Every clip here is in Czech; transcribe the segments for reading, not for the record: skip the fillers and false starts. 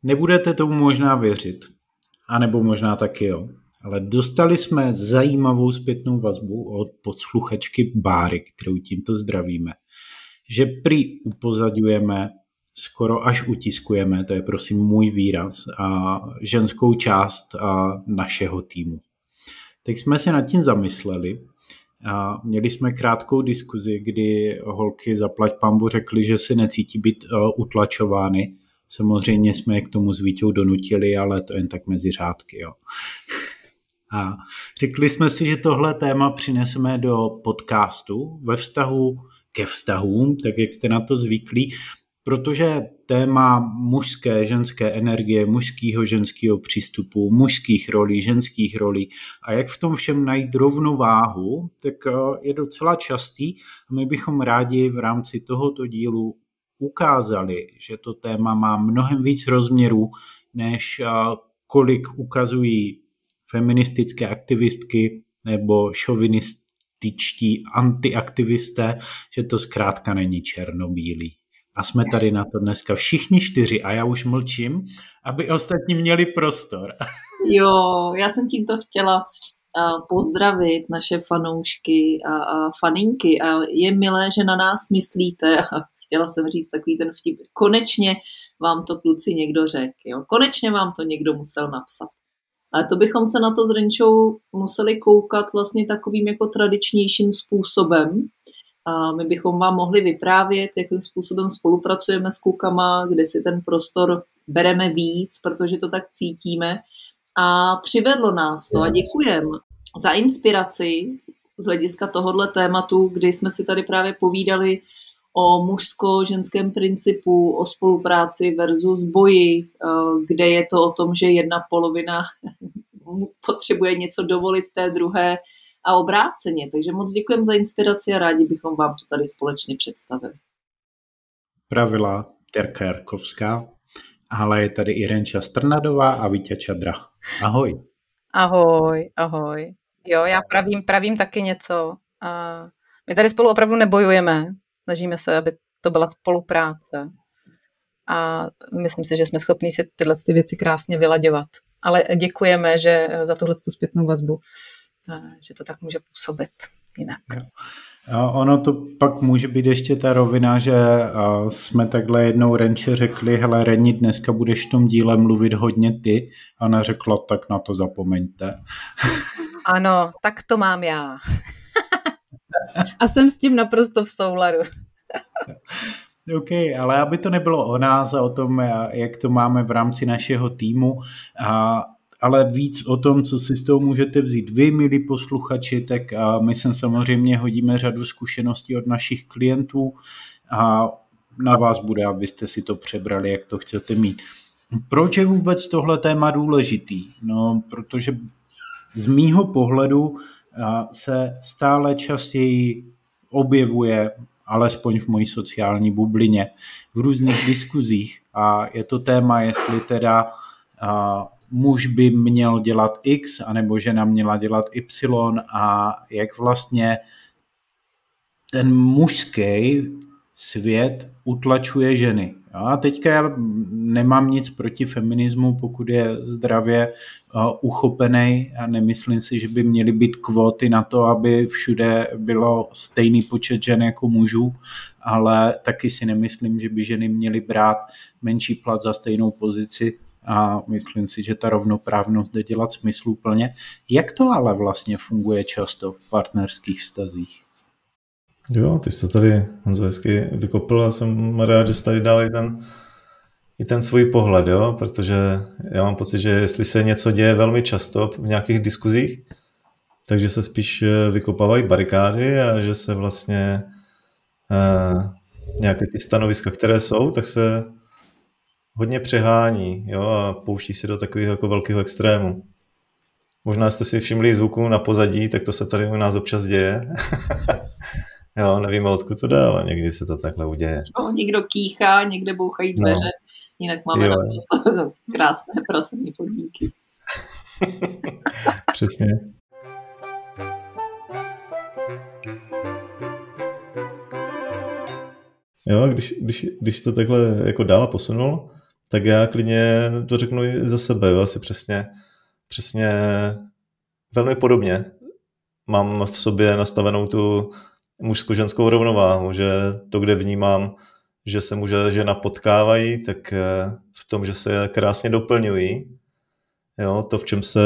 Nebudete tomu možná věřit, anebo možná taky jo, ale dostali jsme zajímavou zpětnou vazbu od posluchačky Báry, kterou tímto zdravíme, že prý upozadňujeme, skoro až utiskujeme, to je prosím můj výraz, a ženskou část našeho týmu. Tak jsme se nad tím zamysleli a měli jsme krátkou diskuzi, kdy holky zaplať pambu řekly, že se necítí být utlačovány. Samozřejmě jsme je k tomu s Víťou donutili, ale to jen tak mezi řádky. Jo. A řekli jsme si, že tohle téma přineseme do podcastu ve vztahu ke vztahům, tak jak jste na to zvyklí, protože téma mužské, ženské energie, mužského, ženského přístupu, mužských rolí, ženských rolí a jak v tom všem najít rovnováhu, tak je docela častý a my bychom rádi v rámci tohoto dílu ukázali, že to téma má mnohem víc rozměrů, než kolik ukazují feministické aktivistky nebo šovinističtí antiaktivisté, že to zkrátka není černobílý. A jsme tady na to dneska všichni 4 a já už mlčím, aby ostatní měli prostor. Jo, já jsem tímto chtěla pozdravit naše fanoušky a faninky a je milé, že na nás myslíte a chtěla jsem říct takový ten vtip. Konečně vám to kluci někdo řekl, jo? Konečně vám to někdo musel napsat. Ale to bychom se na to s Renčou museli koukat vlastně takovým jako tradičnějším způsobem. A my bychom vám mohli vyprávět, jakým způsobem spolupracujeme s klukama, kde si ten prostor bereme víc, protože to tak cítíme. A přivedlo nás to a děkujeme za inspiraci z hlediska tohohle tématu, kdy jsme si tady právě povídali o mužsko-ženském principu, o spolupráci versus boji, kde je to o tom, že jedna polovina potřebuje něco dovolit té druhé a obráceně. Takže moc děkujeme za inspiraci a rádi bychom vám to tady společně představili. Pravila Terka Jarkovská, ale je tady i Renča Strnadová a Vítě Čadra. Ahoj. Ahoj, ahoj. Jo, já pravím taky něco. My tady spolu opravdu nebojujeme. Snažíme se, aby to byla spolupráce. A myslím si, že jsme schopni si tyhle věci krásně vylaďovat. Ale děkujeme, že za tuhle zpětnou vazbu, že to tak může působit jinak. Ono to pak může být ještě ta rovina, že jsme takhle jednou Renče řekli, hele Reni, dneska budeš v tom díle mluvit hodně ty. A ona řekla, tak na to zapomeňte. Ano, tak to mám já. A jsem s tím naprosto v souladu. OK, ale aby to nebylo o nás a o tom, jak to máme v rámci našeho týmu, ale víc o tom, co si z toho můžete vzít vy, milí posluchači, tak my sem samozřejmě hodíme řadu zkušeností od našich klientů a na vás bude, abyste si to přebrali, jak to chcete mít. Proč je vůbec tohle téma důležitý? No, protože z mýho pohledu se stále častěji objevuje, alespoň v mojí sociální bublině, v různých diskuzích a je to téma, jestli teda muž by měl dělat X, anebo žena měla dělat Y a jak vlastně ten mužský svět utlačuje ženy. A teďka já nemám nic proti feminismu, pokud je zdravě uchopený a nemyslím si, že by měly být kvóty na to, aby všude bylo stejný počet žen jako mužů, ale taky si nemyslím, že by ženy měly brát menší plat za stejnou pozici a myslím si, že ta rovnoprávnost jde dělat smysluplně. Jak to ale vlastně funguje často v partnerských vztazích? Jo, ty jsi to tady, Honzo, hezky vykopl a jsem rád, že jsi tady dal i ten svůj pohled, jo? Protože já mám pocit, že jestli se něco děje velmi často v nějakých diskuzích, takže se spíš vykopávají barikády a že se vlastně nějaké ty stanoviska, které jsou, tak se hodně přehání, jo? A pouští se do takového jako velkého extrému. Možná jste si všimli zvuku na pozadí, tak to se tady u nás občas děje. Jo, nevíme, odkud to jde, ale někdy se to takhle uděje. Jo, někdo kýchá, někde bouchají dveře, jinak máme naprosto krásné pracovní podmínky. Přesně. Jo, když to takhle jako dál posunul, tak já klidně to řeknu i za sebe, jo? Asi přesně velmi podobně. Mám v sobě nastavenou tu mužsko-ženskou rovnováhu, že to, kde vnímám, že se muž a žena potkávají, tak v tom, že se krásně doplňují. Jo? To,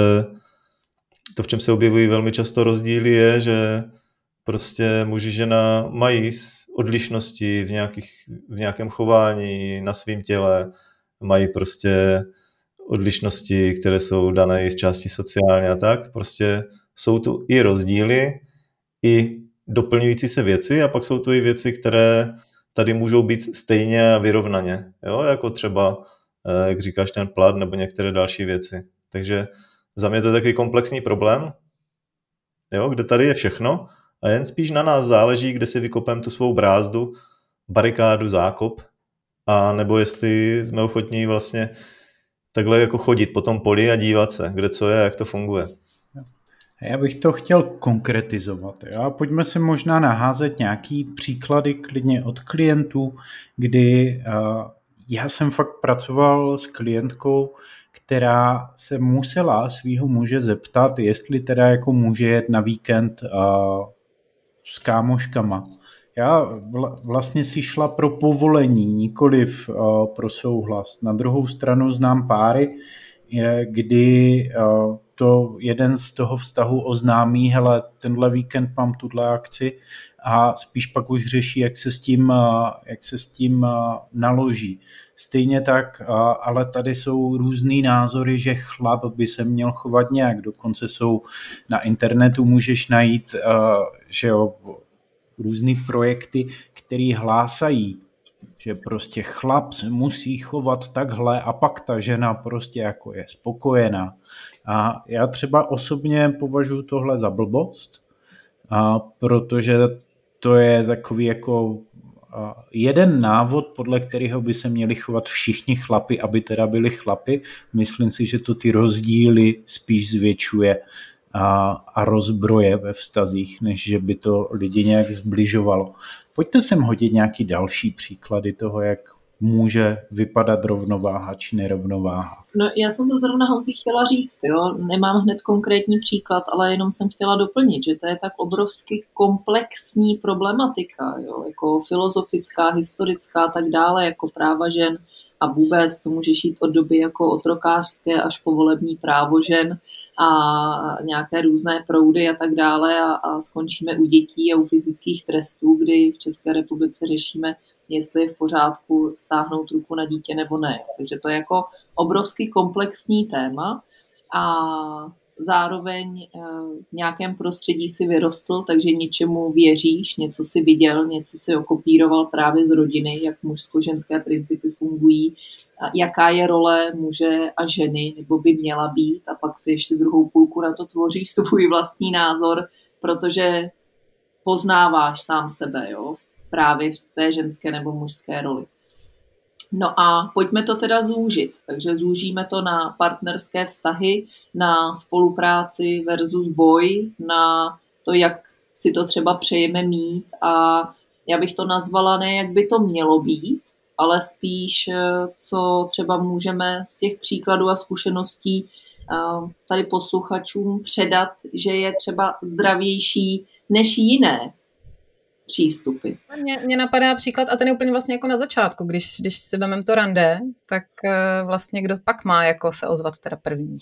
v čem se objevují velmi často rozdíly, je, že prostě muž a žena mají odlišnosti v nějakém chování na svém těle, mají prostě odlišnosti, které jsou dané i z části sociálně a tak. Prostě jsou tu i rozdíly, i doplňující se věci a pak jsou tu i věci, které tady můžou být stejně a vyrovnaně. Jo? Jako třeba, jak říkáš, ten plat nebo některé další věci. Takže za mě to je takový komplexní problém, jo? Kde tady je všechno a jen spíš na nás záleží, kde si vykopem tu svou brázdu, barikádu, zákop, a nebo jestli jsme ochotní vlastně takhle jako chodit po tom poli a dívat se, kde co je, jak to funguje. Já bych to chtěl konkretizovat. Jo? Pojďme si možná naházet nějaký příklady klidně od klientů, kdy já jsem fakt pracoval s klientkou, která se musela svýho muže zeptat, jestli teda jako může jet na víkend s kámoškama. Já vlastně si šla pro povolení, nikoliv pro souhlas. Na druhou stranu znám páry, kdy to jeden z toho vztahu oznámí, hele, tenhle víkend mám tuhle akci a spíš pak už řeší, jak se s tím naloží. Stejně tak, ale tady jsou různý názory, že chlap by se měl chovat nějak. Dokonce jsou na internetu, můžeš najít, že jo, různý projekty, který hlásají, že prostě chlap se musí chovat takhle a pak ta žena prostě jako je spokojená. A já třeba osobně považuji tohle za blbost, protože to je takový jako jeden návod, podle kterého by se měli chovat všichni chlapi, aby teda byli chlapi. Myslím si, že to ty rozdíly spíš zvětšuje a rozbroje ve vztazích, než že by to lidi nějak zbližovalo. Pojďte sem hodit nějaký další příklady toho, jak může vypadat rovnováha či nerovnováha. No, já jsem to zrovna Honzi chtěla říct, jo. Nemám hned konkrétní příklad, ale jenom jsem chtěla doplnit, že to je tak obrovsky komplexní problematika, jo, jako filozofická, historická a tak dále, jako práva žen a vůbec to můžeš jít od doby jako otrokářské až po volební právo žen a nějaké různé proudy a tak dále a skončíme u dětí a u fyzických trestů, kdy v České republice řešíme, jestli je v pořádku stáhnout ruku na dítě nebo ne. Takže to je jako obrovský komplexní téma a zároveň v nějakém prostředí si vyrostl, takže něčemu věříš, něco si viděl, něco si okopíroval právě z rodiny, jak mužsko-ženské principy fungují, jaká je role muže a ženy, nebo by měla být, a pak si ještě druhou půlku na to tvoříš svůj vlastní názor, protože poznáváš sám sebe, jo, právě v té ženské nebo mužské roli. No a pojďme to teda zúžit. Takže zúžíme to na partnerské vztahy, na spolupráci versus boj, na to, jak si to třeba přejeme mít a já bych to nazvala ne, jak by to mělo být, ale spíš, co třeba můžeme z těch příkladů a zkušeností tady posluchačům předat, že je třeba zdravější než jiné přístupy. Mně napadá příklad, a ten je úplně vlastně jako na začátku, když si vememe to rande, tak vlastně kdo pak má jako se ozvat teda první?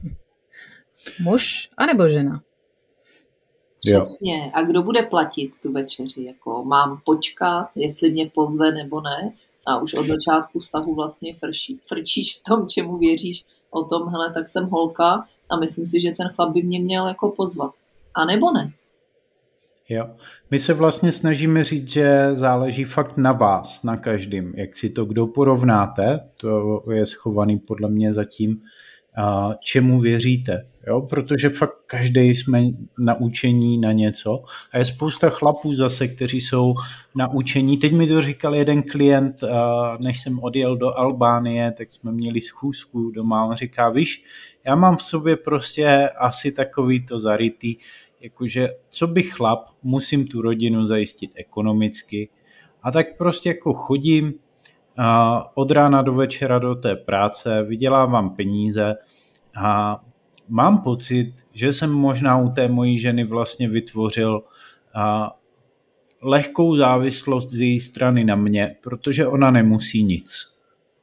Muž anebo žena? Přesně. A kdo bude platit tu večeři? Jako mám počkat, jestli mě pozve nebo ne? A už od začátku vztahu vlastně frčíš v tom, čemu věříš, o tom, hele, tak jsem holka a myslím si, že ten chlap by mě měl jako pozvat. A nebo ne? Jo. My se vlastně snažíme říct, že záleží fakt na vás, na každém, jak si to kdo porovnáte, to je schovaný podle mě zatím, čemu věříte, jo? Protože fakt každý jsme naučení na něco a je spousta chlapů zase, kteří jsou naučení. Teď mi to říkal jeden klient, než jsem odjel do Albánie, tak jsme měli schůzku doma, on říká, víš, já mám v sobě prostě asi takový to zarytý, jakože co by chlap, musím tu rodinu zajistit ekonomicky a tak prostě jako chodím od rána do večera do té práce, vydělávám peníze a mám pocit, že jsem možná u té mojí ženy vlastně vytvořil lehkou závislost z její strany na mě, protože ona nemusí nic.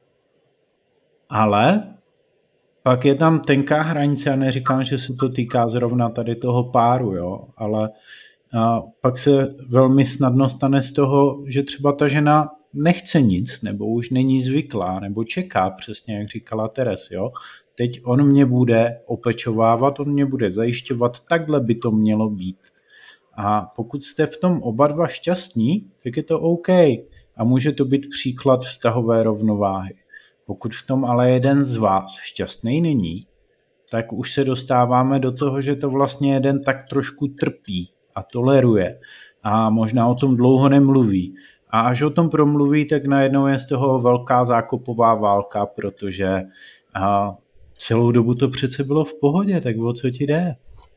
Ale pak je tam tenká hranice, já neříkám, že se to týká zrovna tady toho páru, jo, ale pak se velmi snadno stane z toho, že třeba ta žena nechce nic, nebo už není zvyklá, nebo čeká, přesně jak říkala Teres, jo. Teď on mě bude opečovávat, on mě bude zajišťovat, takhle by to mělo být. A pokud jste v tom oba dva šťastní, tak je to OK. A může to být příklad vztahové rovnováhy. Pokud v tom ale jeden z vás šťastný není, tak už se dostáváme do toho, že to vlastně jeden tak trošku trpí a toleruje a možná o tom dlouho nemluví. A až o tom promluví, tak najednou je z toho velká zákopová válka, protože celou dobu to přece bylo v pohodě, tak o co ti jde?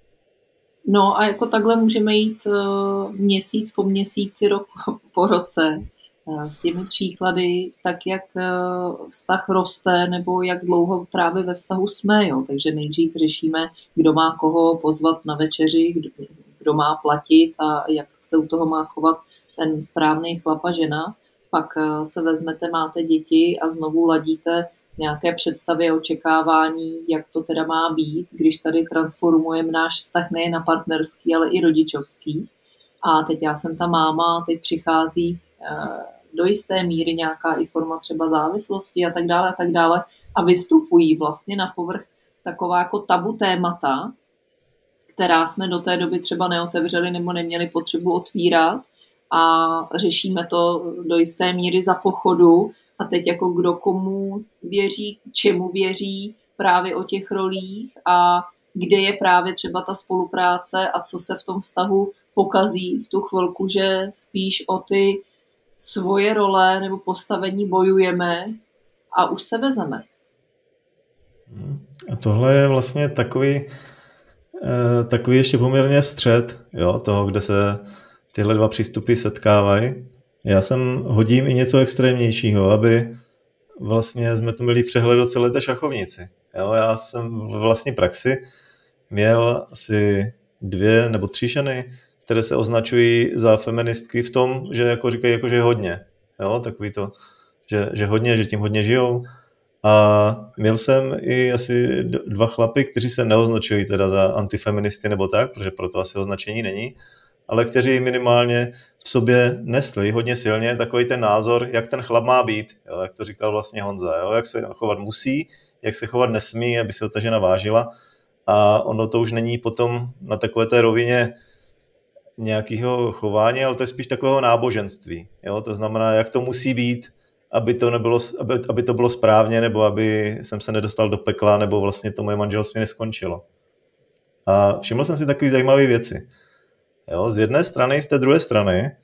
No a jako takhle můžeme jít měsíc po měsíci, rok po roce s těmi příklady, tak jak vztah roste nebo jak dlouho právě ve vztahu jsme. Jo. Takže nejdřív řešíme, kdo má koho pozvat na večeři, kdo má platit a jak se u toho má chovat ten správný chlap a žena. Pak se vezmete, máte děti a znovu ladíte nějaké představy a očekávání, jak to teda má být, když tady transformujeme náš vztah nejen na partnerský, ale i rodičovský. A teď já jsem ta máma, teď přichází do jisté míry nějaká i forma třeba závislosti a tak dále a vystupují vlastně na povrch taková jako tabu témata, která jsme do té doby třeba neotevřeli nebo neměli potřebu otvírat a řešíme to do jisté míry za pochodu a teď jako kdo komu věří, čemu věří právě o těch rolích a kde je právě třeba ta spolupráce a co se v tom vztahu pokazí v tu chvilku, že spíš o ty svoje role nebo postavení bojujeme a už se vezeme. A tohle je vlastně takový ještě poměrně střed, jo, toho, kde se tyhle dva přístupy setkávají. Já sem hodím i něco extrémnějšího, aby vlastně jsme tu měli přehled o celé té šachovnici. Jo, já jsem v vlastní praxi měl asi 2 nebo 3 ženy, které se označují za feministky v tom, že jako říkají, jako, že je hodně. Jo, takový to, že hodně, že tím hodně žijou. A měl jsem i asi 2 chlapy, kteří se neoznačují teda za antifeministy nebo tak, protože proto asi označení není, ale kteří minimálně v sobě nesli hodně silně takový ten názor, jak ten chlap má být, jo, jak to říkal vlastně Honza, jo, jak se chovat musí, jak se chovat nesmí, aby se ta žena vážila. A ono to už není potom na takové té rovině nějakého chování, ale to je spíš takového náboženství. Jo? To znamená, jak to musí být, aby to bylo správně, nebo aby jsem se nedostal do pekla, nebo vlastně to moje manželství neskončilo. A všiml jsem si takové zajímavé věci. Jo? Z jedné strany, z té druhé strany,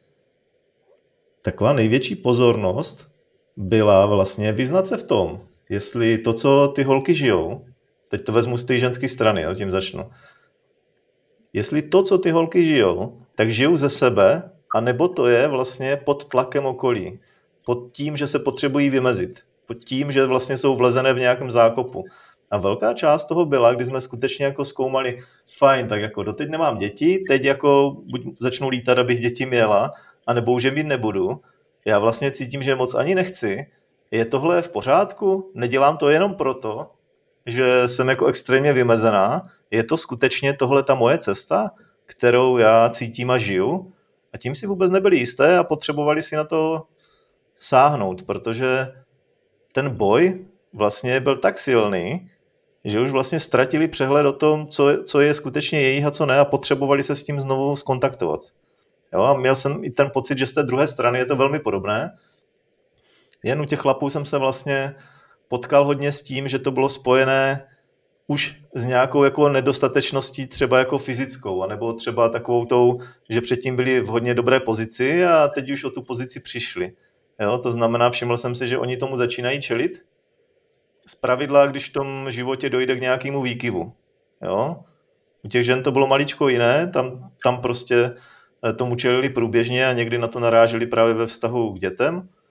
taková největší pozornost byla vlastně vyznat se v tom, jestli to, co ty holky žijou, teď to vezmu z té ženské strany, jo, tím začnu. Jestli to, co ty holky žijou, tak žijou ze sebe, anebo to je vlastně pod tlakem okolí. Pod tím, že se potřebují vymezit. Pod tím, že vlastně jsou vlezené v nějakém zákopu. A velká část toho byla, kdy jsme skutečně jako zkoumali, fajn, tak jako doteď nemám děti, teď jako buď začnu lítat, abych děti měla, anebo už je mít nebudu. Já vlastně cítím, že moc ani nechci. Je tohle v pořádku? Nedělám to jenom proto, že jsem jako extrémně vymezená. Je to skutečně tohle ta moje cesta, kterou já cítím a žiju? A tím si vůbec nebyli jisté a potřebovali si na to sáhnout, protože ten boj vlastně byl tak silný, že už vlastně ztratili přehled o tom, co je skutečně jejich a co ne a potřebovali se s tím znovu skontaktovat. Jo, a měl jsem i ten pocit, že z té druhé strany je to velmi podobné. Jen u těch chlapů jsem se vlastně potkal hodně s tím, že to bylo spojené už s nějakou jako nedostatečností třeba jako fyzickou, anebo třeba takovou tou, že předtím byli v hodně dobré pozici a teď už o tu pozici přišli. Jo, to znamená, všiml jsem si, že oni tomu začínají čelit. Zpravidla, když v tom životě dojde k nějakému výkyvu. Jo? U těch žen to bylo maličko jiné, tam prostě tomu čelili průběžně a někdy na to naráželi právě ve vztahu k dětem.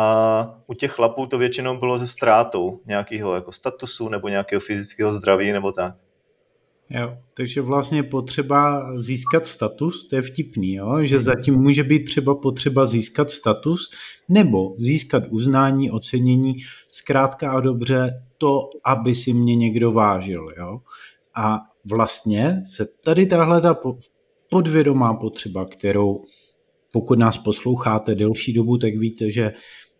a u těch chlapů to většinou bylo ze ztrátou nějakého jako statusu nebo nějakého fyzického zdraví nebo tak. Jo, takže vlastně potřeba získat status, to je vtipný, jo? Že zatím může být třeba potřeba získat status nebo získat uznání, ocenění, zkrátka a dobře to, aby si mě někdo vážil. Jo? A vlastně se tady tahle ta podvědomá potřeba, kterou pokud nás posloucháte delší dobu, tak víte, že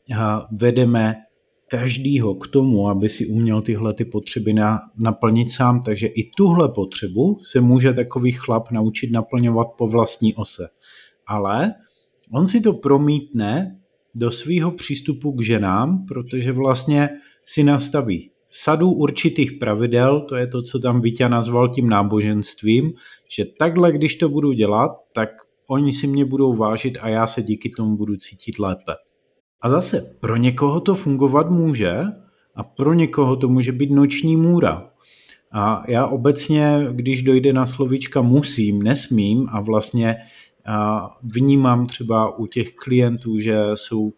vedeme každýho k tomu, aby si uměl tyhle ty potřeby naplnit sám, takže i tuhle potřebu se může takový chlap naučit naplňovat po vlastní ose. Ale on si to promítne do svého přístupu k ženám, protože vlastně si nastaví sadu určitých pravidel, to je to, co tam Víťa nazval tím náboženstvím, že takhle, když to budu dělat, tak oni si mě budou vážit a já se díky tomu budu cítit lépe. A zase pro někoho to fungovat může a pro někoho to může být noční můra. A já obecně, když dojde na slovíčka musím, nesmím a vlastně vnímám třeba u těch klientů, že jsou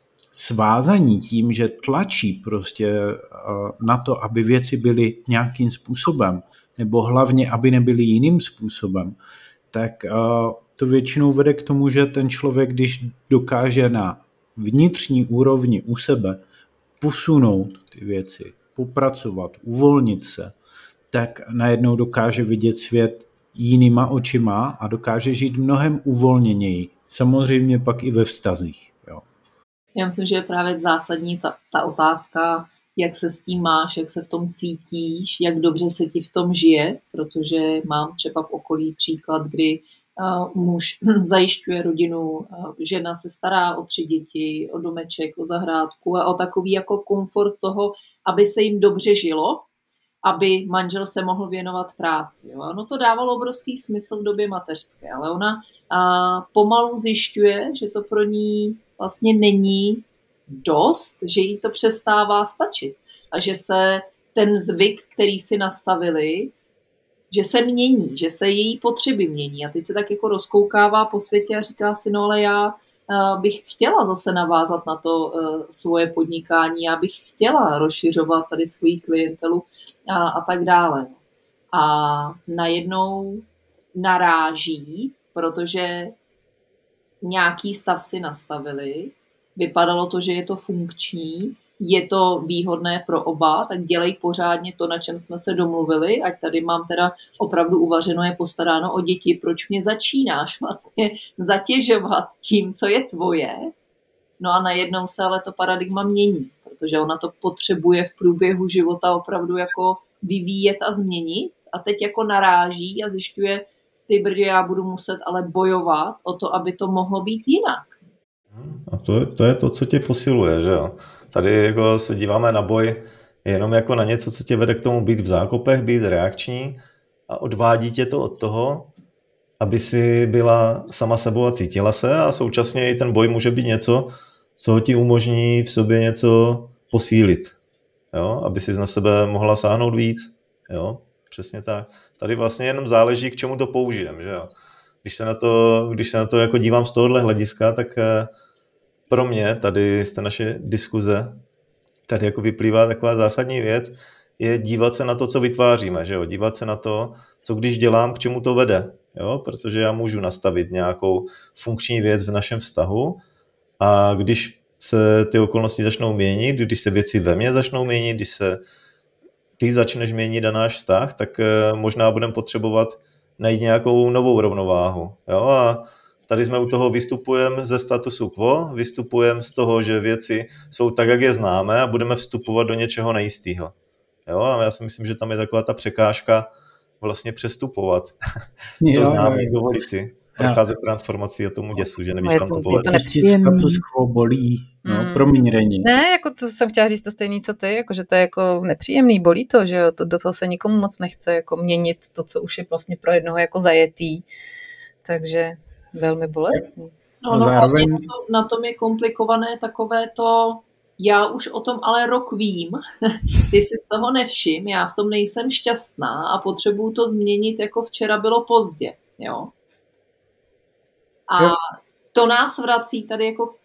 svázaní tím, že tlačí prostě na to, aby věci byly nějakým způsobem, nebo hlavně, aby nebyly jiným způsobem, tak to většinou vede k tomu, že ten člověk, když dokáže na vnitřní úrovni u sebe posunout ty věci, popracovat, uvolnit se, tak najednou dokáže vidět svět jinýma očima a dokáže žít mnohem uvolněněji. Samozřejmě pak i ve vztazích. Jo. Já myslím, že je právě zásadní ta otázka, jak se s tím máš, jak se v tom cítíš, jak dobře se ti v tom žije, protože mám třeba v okolí příklad, kdy muž zajišťuje rodinu, žena se stará o 3 děti, o domeček, o zahrádku a o takový jako komfort toho, aby se jim dobře žilo, aby manžel se mohl věnovat práci. Jo. No to dávalo obrovský smysl v době mateřské, ale ona pomalu zjišťuje, že to pro ní vlastně není dost, že jí to přestává stačit a že se ten zvyk, který si nastavili, že se mění, že se její potřeby mění a teď se tak jako rozkoukává po světě a říká si, no ale já bych chtěla zase navázat na to svoje podnikání, já bych chtěla rozšiřovat tady svoji klientelu a tak dále. A najednou naráží, protože nějaký stav si nastavili, vypadalo to, že je to funkční, je to výhodné pro oba, tak dělej pořádně to, na čem jsme se domluvili, ať tady mám teda opravdu uvařeno, je postaráno o děti, proč mě začínáš vlastně zatěžovat tím, co je tvoje. No a najednou se ale to paradigma mění, protože ona to potřebuje v průběhu života opravdu jako vyvíjet a změnit a teď jako naráží a zjišťuje, ty brdě, já budu muset ale bojovat o to, aby to mohlo být jinak. A to je to, co tě posiluje, že jo? Tady jako se díváme na boj jenom jako na něco, co tě vede k tomu být v zákopech, být reakční a odvádí tě to od toho, aby si byla sama sebou a cítila se a současně i ten boj může být něco, co ti umožní v sobě něco posílit, jo? Aby si na sebe mohla sáhnout víc, jo? Přesně tak. Tady vlastně jenom záleží, k čemu to použijeme, že jo? Když se na to jako dívám z tohohle hlediska, tak pro mě tady z té naše diskuze tady jako vyplývá taková zásadní věc, je dívat se na to, co vytváříme, že jo? Dívat se na to, co když dělám, k čemu to vede, jo? Protože já můžu nastavit nějakou funkční věc v našem vztahu a když se ty okolnosti začnou měnit, když se věci ve mně začnou měnit, když se ty začneš měnit na náš vztah, tak možná budeme potřebovat najít nějakou novou rovnováhu. Jo? A tady jsme u toho vystupujeme ze statusu quo, vystupujeme z toho, že věci jsou tak, jak je známe a budeme vstupovat do něčeho nejistého. Jo? A já si myslím, že tam je taková ta překážka vlastně přestupovat. To známe, dovolit si. Procházet transformací a tomu děsu, že nevíš, kam to povede. Status quo bolí. No, promiň, Reni. Ne, jako to jsem chtěla říct to stejný, co ty, jako, že to je jako nepříjemný, bolí to, že jo, do toho se nikomu moc nechce jako měnit to, co už je vlastně pro jednoho jako zajetý, takže velmi bolestný. No, zároveň na tom je komplikované takové to, já už o tom ale rok vím, ty si z toho nevšim, já v tom nejsem šťastná a potřebuju to změnit, jako včera bylo pozdě, jo. A to nás vrací tady jako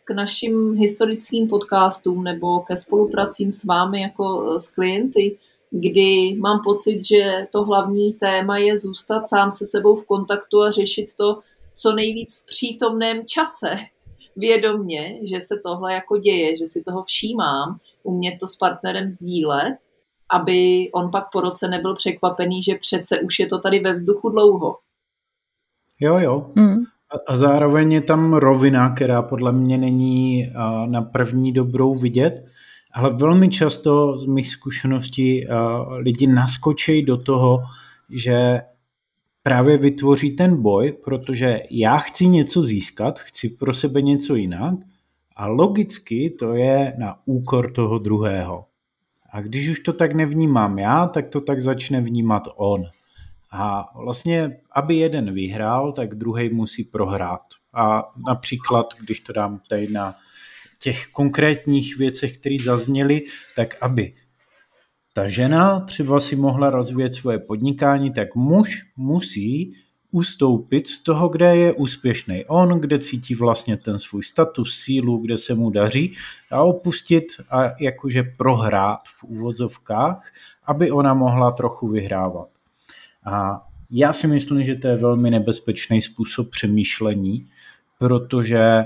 k našim historickým podcastům nebo ke spolupracím s vámi jako s klienty, kdy mám pocit, že to hlavní téma je zůstat sám se sebou v kontaktu a řešit to co nejvíc v přítomném čase. Vědomně, že se tohle jako děje, že si toho všímám, umět to s partnerem sdílet, aby on pak po roce nebyl překvapený, že přece už je to tady ve vzduchu dlouho. Jo. A zároveň je tam rovina, která podle mě není na první dobrou vidět, ale velmi často z mých zkušeností lidi naskočí do toho, že právě vytvoří ten boj, protože já chci něco získat, chci pro sebe něco jinak a logicky to je na úkor toho druhého. A když už to tak nevnímám já, tak to tak začne vnímat on. A vlastně, aby jeden vyhrál, tak druhý musí prohrát. A například, když to dám tady na těch konkrétních věcech, které zazněly, tak aby ta žena třeba si mohla rozvíjet svoje podnikání, tak muž musí ustoupit z toho, kde je úspěšný on, kde cítí vlastně ten svůj status, sílu, kde se mu daří a opustit a jakože prohrát v uvozovkách, aby ona mohla trochu vyhrávat. A já si myslím, že to je velmi nebezpečný způsob přemýšlení, protože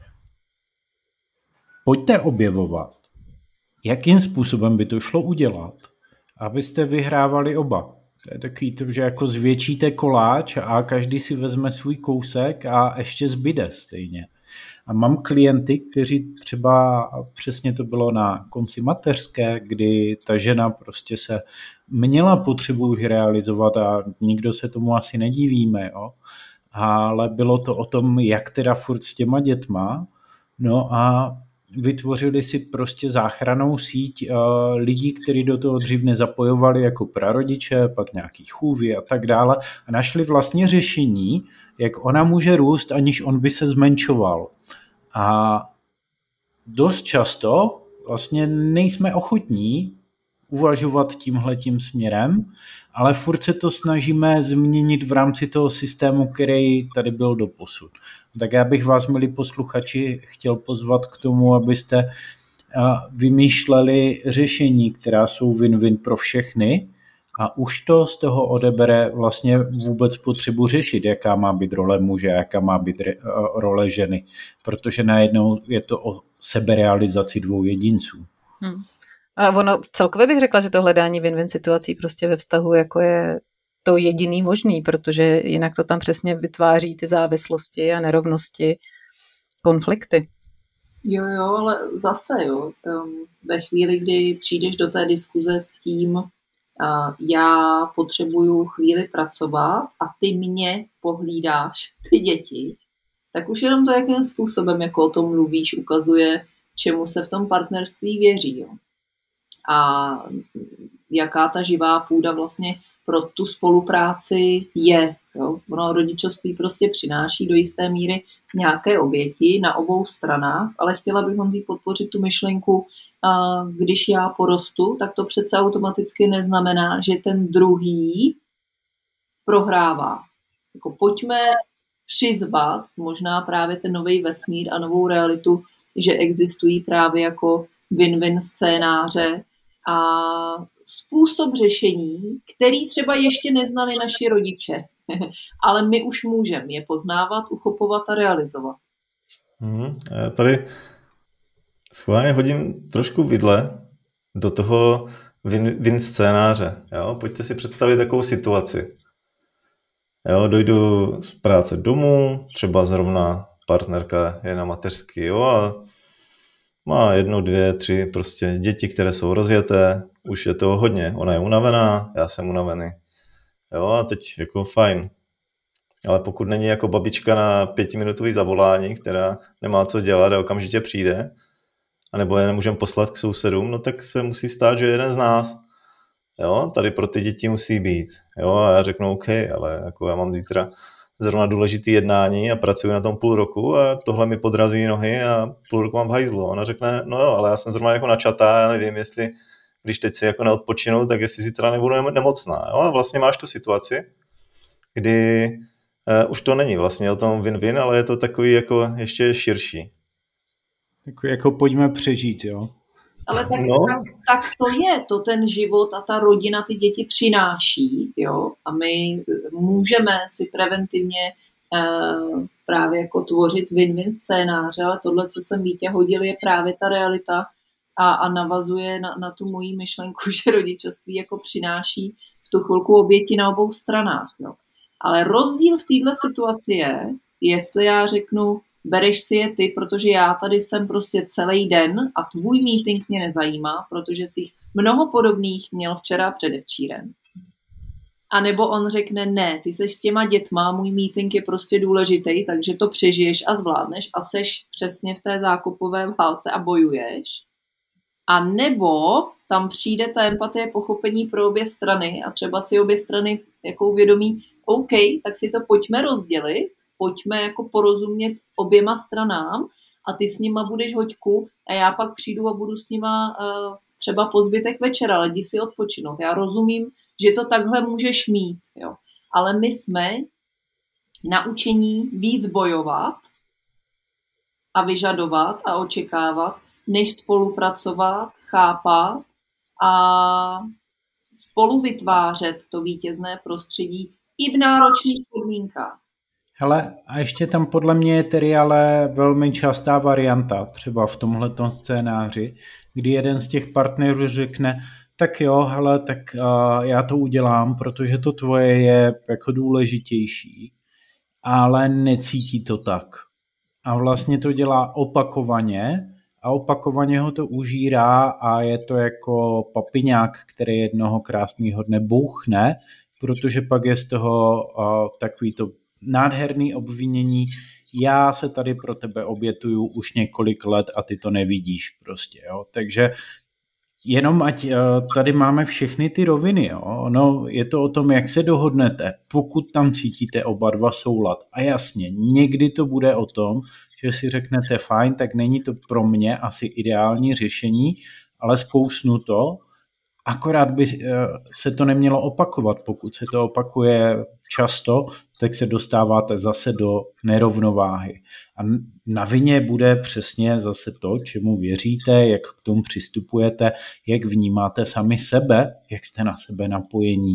pojďte objevovat, jakým způsobem by to šlo udělat, abyste vyhrávali oba. To je takový to, že jako zvětšíte koláč a každý si vezme svůj kousek a ještě zbyde stejně. A mám klienty, kteří třeba přesně to bylo na konci mateřské, kdy ta žena prostě se měla potřebu už realizovat a nikdo se tomu asi nedivíme, jo? Ale bylo to o tom, jak teda furt s těma dětma, no a vytvořili si prostě záchrannou síť lidí, kteří do toho dřív nezapojovali jako prarodiče, pak nějaký chůvy a tak dále a našli vlastně řešení, jak ona může růst, aniž on by se zmenšoval. A dost často vlastně nejsme ochotní uvažovat tímhletím směrem, ale furt se to snažíme změnit v rámci toho systému, který tady byl doposud. Tak já bych vás, milí posluchači, chtěl pozvat k tomu, abyste vymýšleli řešení, která jsou win-win pro všechny a už to z toho odebere vlastně vůbec potřebu řešit, jaká má být role muže, jaká má být role ženy, protože najednou je to o seberealizaci dvou jedinců. A ono celkově bych řekla, že to hledání win-win situací prostě ve vztahu jako je to jediný možný, protože jinak to tam přesně vytváří ty závislosti a nerovnosti, konflikty. Jo, ale zase, ve chvíli, kdy přijdeš do té diskuze s tím, já potřebuju chvíli pracovat a ty mě pohlídáš, ty děti, tak už jenom to, jakým způsobem jako o tom mluvíš, ukazuje, čemu se v tom partnerství věří. Jo. A jaká ta živá půda vlastně pro tu spolupráci je. Jo. Ono rodičovství prostě přináší do jisté míry nějaké oběti na obou stranách, ale chtěla bych, Honzí, podpořit tu myšlenku, když já porostu, tak to přece automaticky neznamená, že ten druhý prohrává. Jako pojďme přizvat možná právě ten nový vesmír a novou realitu, že existují právě jako win-win scénáře a způsob řešení, který třeba ještě neznali naši rodiče, ale my už můžeme je poznávat, uchopovat a realizovat. Já tady schválně hodím trošku vidle do toho win scénáře. Jo? Pojďte si představit takovou situaci. Jo, dojdu z práce domů, třeba zrovna partnerka je na mateřský, jo, a má 1, 2, 3 prostě děti, které jsou rozjeté, už je toho hodně. Ona je unavená, já jsem unavený. Jo, a teď jako fajn. Ale pokud není jako babička na 5minutový zavolání, která nemá co dělat a okamžitě přijde, anebo je nemůžeme poslat k sousedům, no tak se musí stát, že jeden z nás, jo, tady pro ty děti musí být. Jo, a já řeknu OK, ale jako já mám zítra zrovna důležitý jednání a pracuji na tom půl roku a tohle mi podrazí nohy a půl roku mám v hajzlu. Ona řekne, no jo, ale já jsem zrovna jako načatá, já nevím, jestli když teď si jako neodpočinu, tak jestli zítra nebudu nemocná. Jo, a vlastně máš tu situaci, kdy už to není vlastně o tom win-win, ale je to takový jako ještě širší. Jako pojďme přežít, jo. Ale tak to je, to ten život a ta rodina ty děti přináší, jo, a my můžeme si preventivně právě jako tvořit win-win scénáře, ale tohle, co jsem Vítě hodil, je právě ta realita a navazuje na tu moji myšlenku, že rodičovství jako přináší v tu chvilku oběti na obou stranách, jo. Ale rozdíl v této situaci je, jestli já řeknu, bereš si je ty, protože já tady jsem prostě celý den a tvůj meeting mě nezajímá, protože jsi mnoho podobných měl včera a předevčírem. A nebo on řekne, ne, ty seš s těma dětma, můj meeting je prostě důležitý, takže to přežiješ a zvládneš a seš přesně v té zákopové válce a bojuješ. A nebo tam přijde ta empatie, pochopení pro obě strany a třeba si obě strany jako uvědomí, OK, tak si to pojďme rozdělit, pojďme jako porozumět oběma stranám a ty s nima budeš hoďku a já pak přijdu a budu s nima třeba po zbytek večera, ale jdi si odpočinout. Já rozumím, že to takhle můžeš mít, jo. Ale my jsme naučení víc bojovat a vyžadovat a očekávat, než spolupracovat, chápat a spolu vytvářet to vítězné prostředí i v náročných podmínkách. Hele, a ještě tam podle mě je tedy ale velmi častá varianta, třeba v tomhletom scénáři, kdy jeden z těch partnerů řekne, tak jo, hele, tak já to udělám, protože to tvoje je jako důležitější, ale necítí to tak. A vlastně to dělá opakovaně a opakovaně ho to užírá a je to jako papiňák, který jednoho krásného dne bouchne, protože pak je z toho takový to nádherný obvinění, já se tady pro tebe obětuju už několik let a ty to nevidíš prostě, jo. Takže jenom ať tady máme všechny ty roviny, jo. No, je to o tom, jak se dohodnete, pokud tam cítíte oba dva soulad. A jasně, někdy to bude o tom, že si řeknete fajn, tak není to pro mě asi ideální řešení, ale zkousnu to, akorát by se to nemělo opakovat. Pokud se to opakuje často, tak se dostáváte zase do nerovnováhy. A na vině bude přesně zase to, čemu věříte, jak k tomu přistupujete, jak vnímáte sami sebe, jak jste na sebe napojení.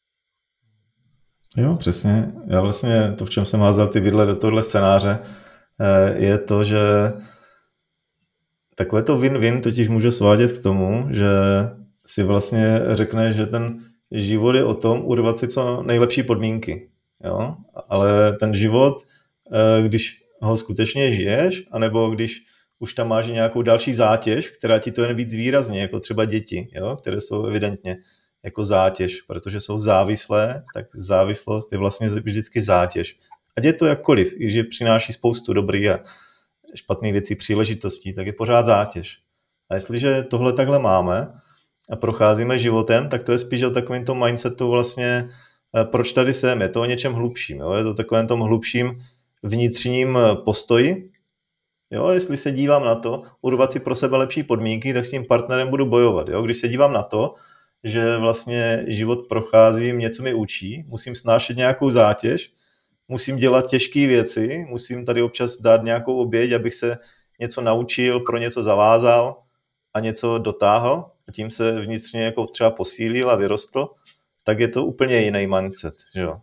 Jo, přesně. Já vlastně to, v čem jsem házal ty vidle do tohle scénáře, je to, že takové to win-win totiž může svádět k tomu, že si vlastně řekne, že ten život je o tom urvat si co nejlepší podmínky. Jo? Ale ten život, když ho skutečně žiješ, anebo když už tam máš nějakou další zátěž, která ti to jen víc výrazně, jako třeba děti, jo? Které jsou evidentně jako zátěž, protože jsou závislé, tak závislost je vlastně vždycky zátěž. Ať je to jakkoliv, i že přináší spoustu dobrých a špatných věcí, příležitostí, tak je pořád zátěž. A jestliže tohle takhle máme a procházíme životem, tak to je spíš o takovém tom mindsetu vlastně, proč tady jsem, je to o něčem hlubším, jo? Je to takovém tom hlubším vnitřním postoji. Jo? Jestli se dívám na to, urvat si pro sebe lepší podmínky, tak s tím partnerem budu bojovat. Jo? Když se dívám na to, že vlastně život procházím, něco mi učí, musím snášet nějakou zátěž, musím dělat těžké věci, musím tady občas dát nějakou oběť, abych se něco naučil, pro něco zavázal a něco dotáhl, a tím se vnitřně jako třeba posílil a vyrostl, tak je to úplně jiný mindset, že jo?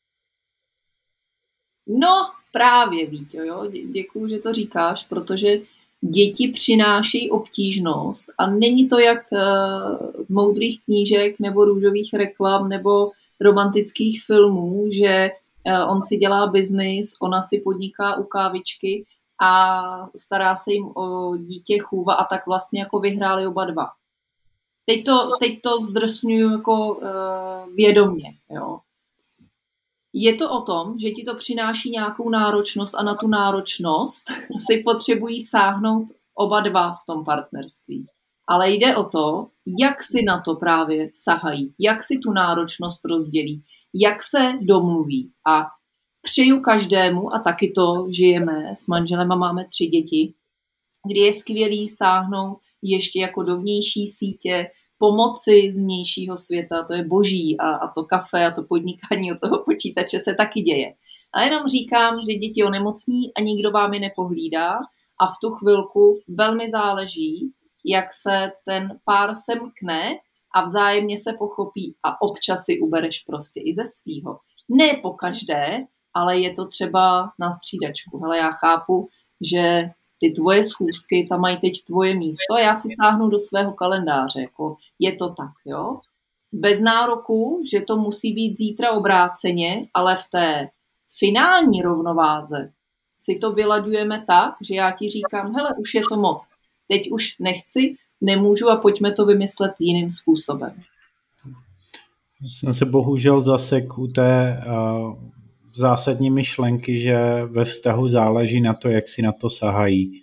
No, právě, Víťo, jo? Děkuju, že to říkáš, protože děti přinášejí obtížnost a není to jak z moudrých knížek nebo růžových reklam nebo romantických filmů, že on si dělá biznis, ona si podniká u kávičky a stará se jim o dítě, chůva a tak vlastně jako vyhráli oba dva. Teď to zdrsňuju jako vědomně. Jo. Je to o tom, že ti to přináší nějakou náročnost a na tu náročnost si potřebují sáhnout oba dva v tom partnerství. Ale jde o to, jak si na to právě sahají, jak si tu náročnost rozdělí, jak se domluví. A přeju každému, a taky to žijeme s manželem a máme 3 děti, kdy je skvělý sáhnout ještě jako do vnější sítě, pomoci z vnějšího světa, to je boží a to kafe a to podnikání od toho počítače se taky děje. A jenom říkám, že děti onemocní a nikdo vám je nepohlídá a v tu chvilku velmi záleží, jak se ten pár semkne a vzájemně se pochopí a občas si ubereš prostě i ze svýho. Ne po každé, ale je to třeba na střídačku. Hele, já chápu, že ty tvoje schůzky, tam mají teď tvoje místo a já si sáhnu do svého kalendáře. Jako je to tak, jo? Bez nároku, že to musí být zítra obráceně, ale v té finální rovnováze si to vylaďujeme tak, že já ti říkám, hele, už je to moc. Teď už nechci, nemůžu a pojďme to vymyslet jiným způsobem. Jsem se bohužel zasek u té zásadní myšlenky, že ve vztahu záleží na to, jak si na to sahají.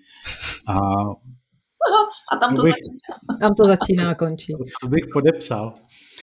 A tam to začíná. Tam to začíná a končí. To bych podepsal.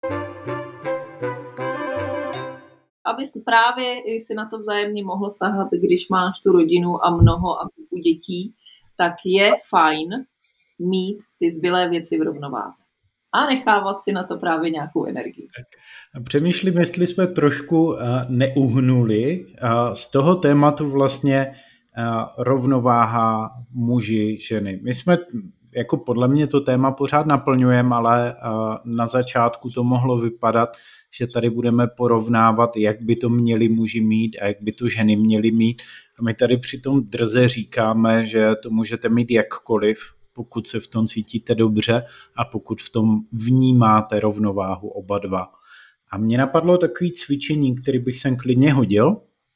Abys právě si na to vzájemně mohl sahat, když máš tu rodinu a mnoho a kupu dětí, tak je fajn mít ty zbylé věci v rovnováze. A nechávat si na to právě nějakou energii. Přemýšlím, jestli jsme trošku neuhnuli z toho tématu vlastně rovnováha muži, ženy. My jsme, jako podle mě to téma pořád naplňujeme, ale na začátku to mohlo vypadat, že tady budeme porovnávat, jak by to měli muži mít a jak by to ženy měly mít. A my tady přitom drze říkáme, že to můžete mít jakkoliv, pokud se v tom cítíte dobře a pokud v tom vnímáte rovnováhu oba dva. A mně napadlo takové cvičení, které bych sem klidně hodil.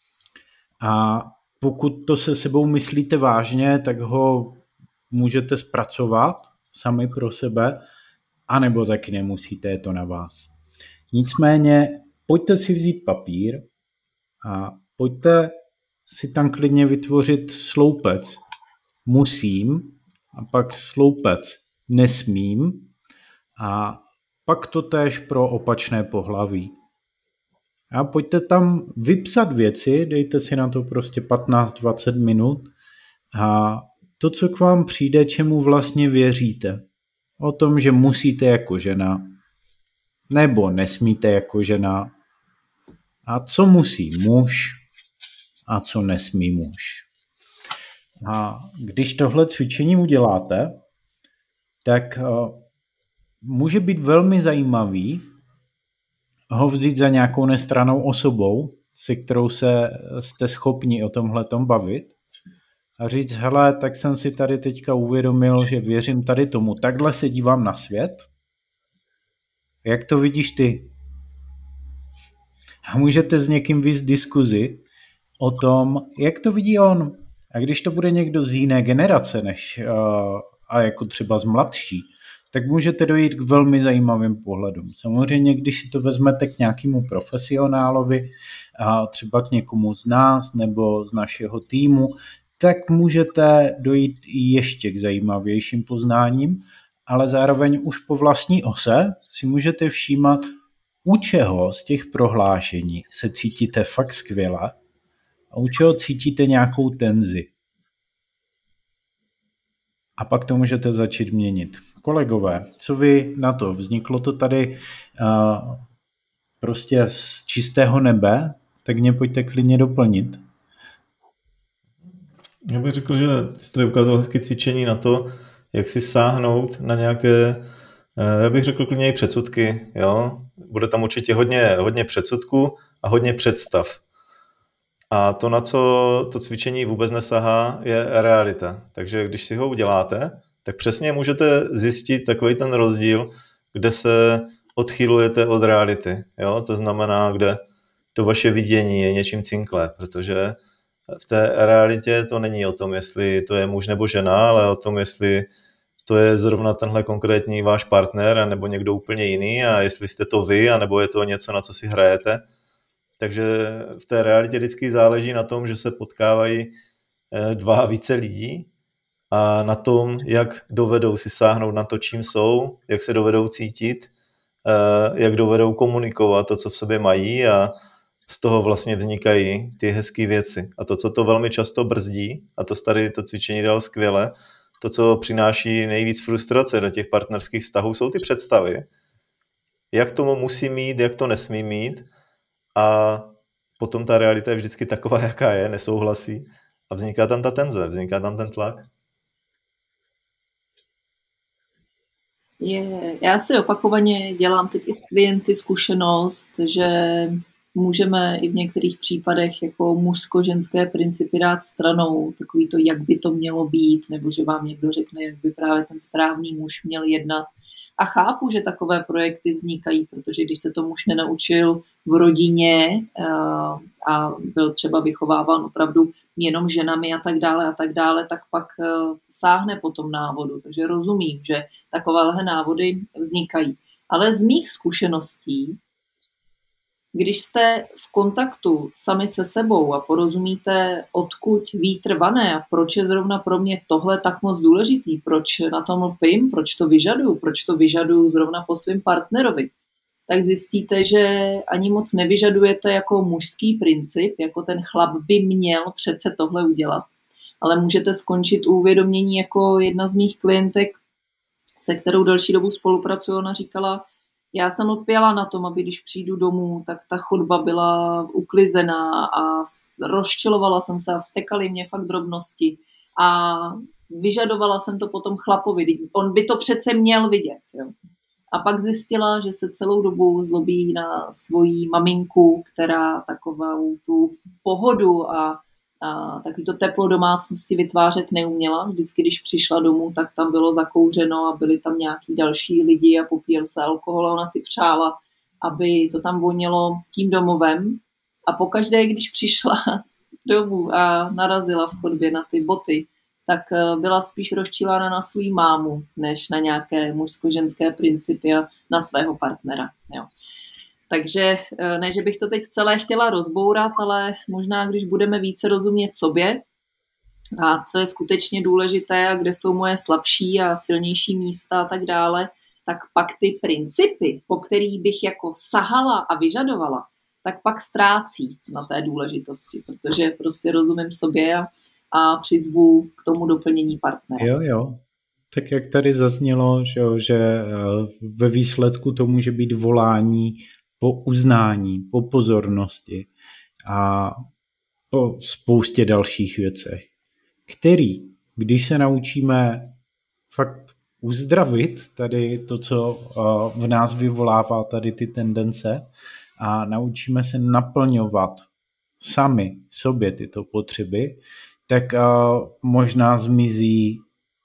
A pokud to se sebou myslíte vážně, tak ho můžete zpracovat sami pro sebe, anebo taky nemusíte, je to na vás. Nicméně pojďte si vzít papír a pojďte si tam klidně vytvořit sloupec musím a pak sloupec nesmím a pak to též pro opačné pohlaví. A pojďte tam vypsat věci, dejte si na to prostě 15-20 minut a to, co k vám přijde, čemu vlastně věříte. O tom, že musíte jako žena nebo nesmíte jako žena a co musí muž a co nesmí muž. A když tohle cvičení uděláte, tak může být velmi zajímavý ho vzít za nějakou nestrannou osobou, se kterou jste schopni o tomhletom bavit a říct, hele, tak jsem si tady teďka uvědomil, že věřím tady tomu, takhle se dívám na svět. Jak to vidíš ty? A můžete s někým vést diskuzi o tom, jak to vidí on. A když to bude někdo z jiné generace, a jako třeba z mladší, tak můžete dojít k velmi zajímavým pohledům. Samozřejmě, když si to vezmete k nějakému profesionálovi, a třeba k někomu z nás nebo z našeho týmu, tak můžete dojít ještě k zajímavějším poznáním, ale zároveň už po vlastní ose si můžete všímat, u čeho z těch prohlášení se cítíte fakt skvěle a u čeho cítíte nějakou tenzi. A pak to můžete začít měnit. Kolegové, co vy na to? Vzniklo to tady prostě z čistého nebe, tak mě pojďte klidně doplnit. Já bych řekl, že jste tady ukázal hezké cvičení na to, jak si sáhnout na nějaké, já bych řekl klidně i předsudky. Jo? Bude tam určitě hodně předsudků a hodně představ. A to, na co to cvičení vůbec nesahá, je realita. Takže když si ho uděláte, tak přesně můžete zjistit takový ten rozdíl, kde se odchylujete od reality. Jo? To znamená, kde to vaše vidění je něčím cinklé, protože v té realitě to není o tom, jestli to je muž nebo žena, ale o tom, jestli to je zrovna tenhle konkrétní váš partner, nebo někdo úplně jiný a jestli jste to vy, anebo je to něco, na co si hrajete. Takže v té realitě vždycky záleží na tom, že se potkávají dva a více lidí a na tom, jak dovedou si sáhnout na to, čím jsou, jak se dovedou cítit, jak dovedou komunikovat to, co v sobě mají a z toho vlastně vznikají ty hezké věci. A to, co to velmi často brzdí, a to tady to cvičení dal skvěle, to, co přináší nejvíc frustrace do těch partnerských vztahů, jsou ty představy. Jak to musí mít, jak to nesmí mít. A potom ta realita je vždycky taková, jaká je, nesouhlasí. A vzniká tam ta tenze, vzniká tam ten tlak. Já si opakovaně dělám teď i s klienty zkušenost, že můžeme i v některých případech jako mužsko-ženské principy dát stranou, takový to, jak by to mělo být, nebo že vám někdo řekne, jak by právě ten správný muž měl jednat. A chápu, že takové projekty vznikají, protože když se to muž nenaučil v rodině a byl třeba vychováván opravdu jenom ženami a tak dále, tak pak sáhne po tom návodu. Takže rozumím, že takovéhle návody vznikají. Ale z mých zkušeností, když jste v kontaktu sami se sebou a porozumíte, odkud vítr vane a proč je zrovna pro mě tohle tak moc důležitý, proč na tom lpím, proč to vyžaduju zrovna po svém partnerovi, tak zjistíte, že ani moc nevyžadujete jako mužský princip, jako ten chlap by měl přece tohle udělat. Ale můžete skončit u uvědomění jako jedna z mých klientek, se kterou delší dobu spolupracuju, ona říkala, já jsem lpěla na tom, aby když přijdu domů, tak ta chodba byla uklizená a rozčilovala jsem se a vztekaly mě fakt drobnosti. A vyžadovala jsem to potom chlapovi, on by to přece měl vidět. Jo. A pak zjistila, že se celou dobu zlobí na svoji maminku, která takovou tu pohodu a takový to teplo domácnosti vytvářet neuměla. Vždycky, když přišla domů, tak tam bylo zakouřeno a byli tam nějaký další lidi a popíjel se alkohol a ona si přála, aby to tam vonělo tím domovem. A pokaždé, když přišla domů a narazila v chodbě na ty boty, tak byla spíš rozčilána na svou mámu, než na nějaké mužsko-ženské principy a na svého partnera. Jo. Takže ne, že bych to teď celé chtěla rozbourat, ale možná, když budeme více rozumět sobě a co je skutečně důležité a kde jsou moje slabší a silnější místa a tak dále, tak pak ty principy, po kterých bych jako sahala a vyžadovala, tak pak ztrácí na té důležitosti, protože prostě rozumím sobě a přizvu k tomu doplnění partnera. Jo. Tak jak tady zaznělo, že ve výsledku to může být volání po uznání, po pozornosti a po spoustě dalších věcech, který, když se naučíme fakt uzdravit tady to, co v nás vyvolává tady ty tendence a naučíme se naplňovat sami sobě tyto potřeby, tak možná zmizí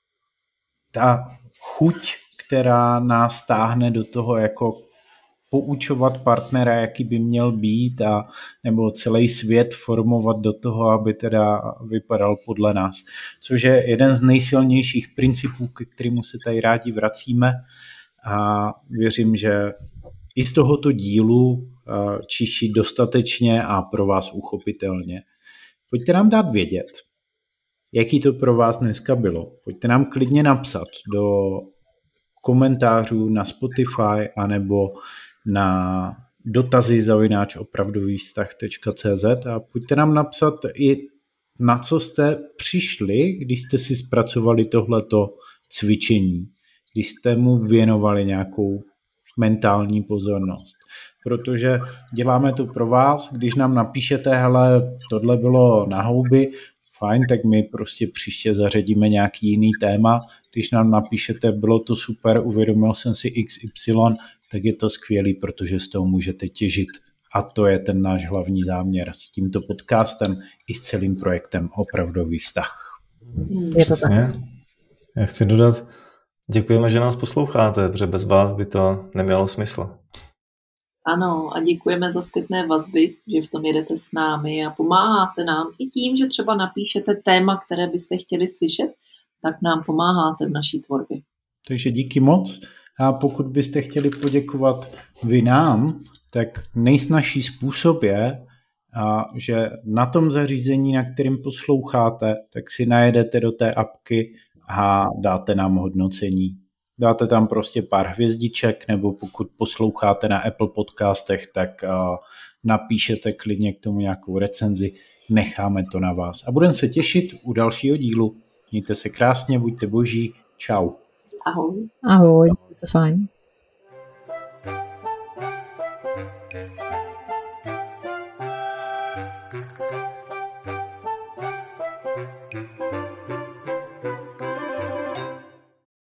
ta chuť, která nás táhne do toho jako poučovat partnera, jaký by měl být a nebo celý svět formovat do toho, aby teda vypadal podle nás. Což je jeden z nejsilnějších principů, ke kterému se tady rádi vracíme a věřím, že i z tohoto dílu čiší dostatečně a pro vás uchopitelně. Pojďte nám dát vědět, jaký to pro vás dneska bylo. Pojďte nám klidně napsat do komentářů na Spotify anebo na dotazy@opravdovývztah.cz a pojďte nám napsat i na co jste přišli, když jste si zpracovali tohleto cvičení, když jste mu věnovali nějakou mentální pozornost. Protože děláme to pro vás, když nám napíšete, hele, tohle bylo na houby, fajn, tak my prostě příště zařadíme nějaký jiný téma. Když nám napíšete, bylo to super, uvědomil jsem si XY, tak je to skvělý, protože z toho můžete těžit. A to je ten náš hlavní záměr s tímto podcastem i s celým projektem Opravdový vztah. Je to tak. Já chci dodat, děkujeme, že nás posloucháte, protože bez vás by to nemělo smysl. Ano, a děkujeme za zpětné vazby, že v tom jedete s námi a pomáháte nám i tím, že třeba napíšete téma, které byste chtěli slyšet, tak nám pomáháte v naší tvorbě. Takže díky moc. A pokud byste chtěli poděkovat vy nám, tak nejsnažší způsob je, že na tom zařízení, na kterým posloucháte, tak si najedete do té apky a dáte nám hodnocení. Dáte tam prostě pár hvězdiček, nebo pokud posloucháte na Apple podcastech, tak napíšete klidně k tomu nějakou recenzi, necháme to na vás. A budeme se těšit u dalšího dílu. Mějte se krásně, buďte boží, čau. Ahoj. Ahoj, to se fajn. Good.